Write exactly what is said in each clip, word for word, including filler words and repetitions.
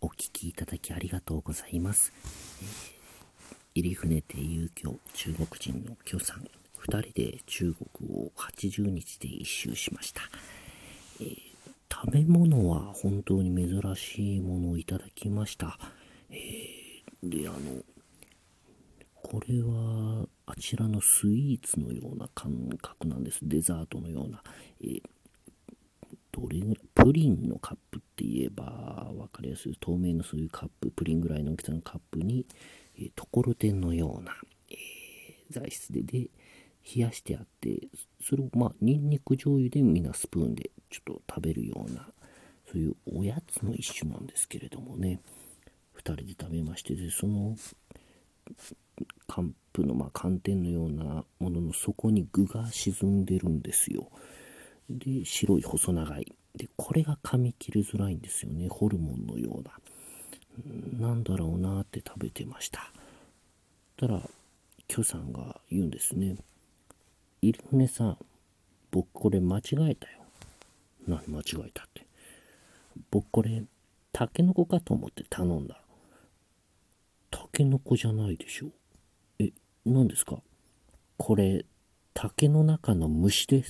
お聞きいただきありがとうございます。えー入船亭遊興中国人の許さん、ふたりで中国をはちじゅうにちで一周しました。えー食べ物は本当に珍しいものをいただきました。えーで、あの、これはあちらのスイーツのような感覚なんです。デザートのような。えーどれぐらい、プリンのカップって言えば分かりやすい透明のそういうカップ、プリンぐらいの大きさのカップに、えーところてんのような、えー材質でで冷やしてあって、それをまあニンニク醤油でみんなスプーンでちょっと食べるような、そういうおやつの一種なんですけれどもね、ふたりで食べまして、でそのカップのまあ寒天のようなものの底に具が沈んでるんですよ。で白い細長いで、これが噛み切りづらいんですよね。ホルモンのような、なんだろうなって食べてました。たら許さんが言うんですね。イルネさん、僕これ間違えたよ。何間違えたって。僕これタケノコかと思って頼んだ。タケノコじゃないでしょ。え、何ですか？これ竹の中の虫です。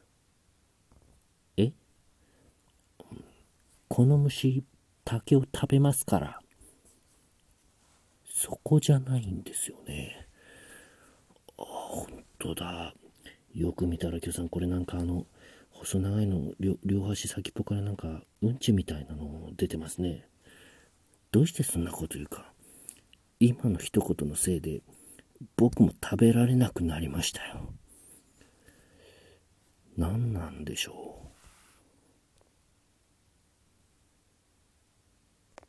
え、この虫竹を食べますから。そこじゃないんですよね。本当だ。よく見たら、今日さん、これなんかあの細長いの 両, 両端先っぽからなんかうんちみたいなの出てますね。どうしてそんなこと言うか。今の一言のせいで僕も食べられなくなりましたよ。何なんでしょ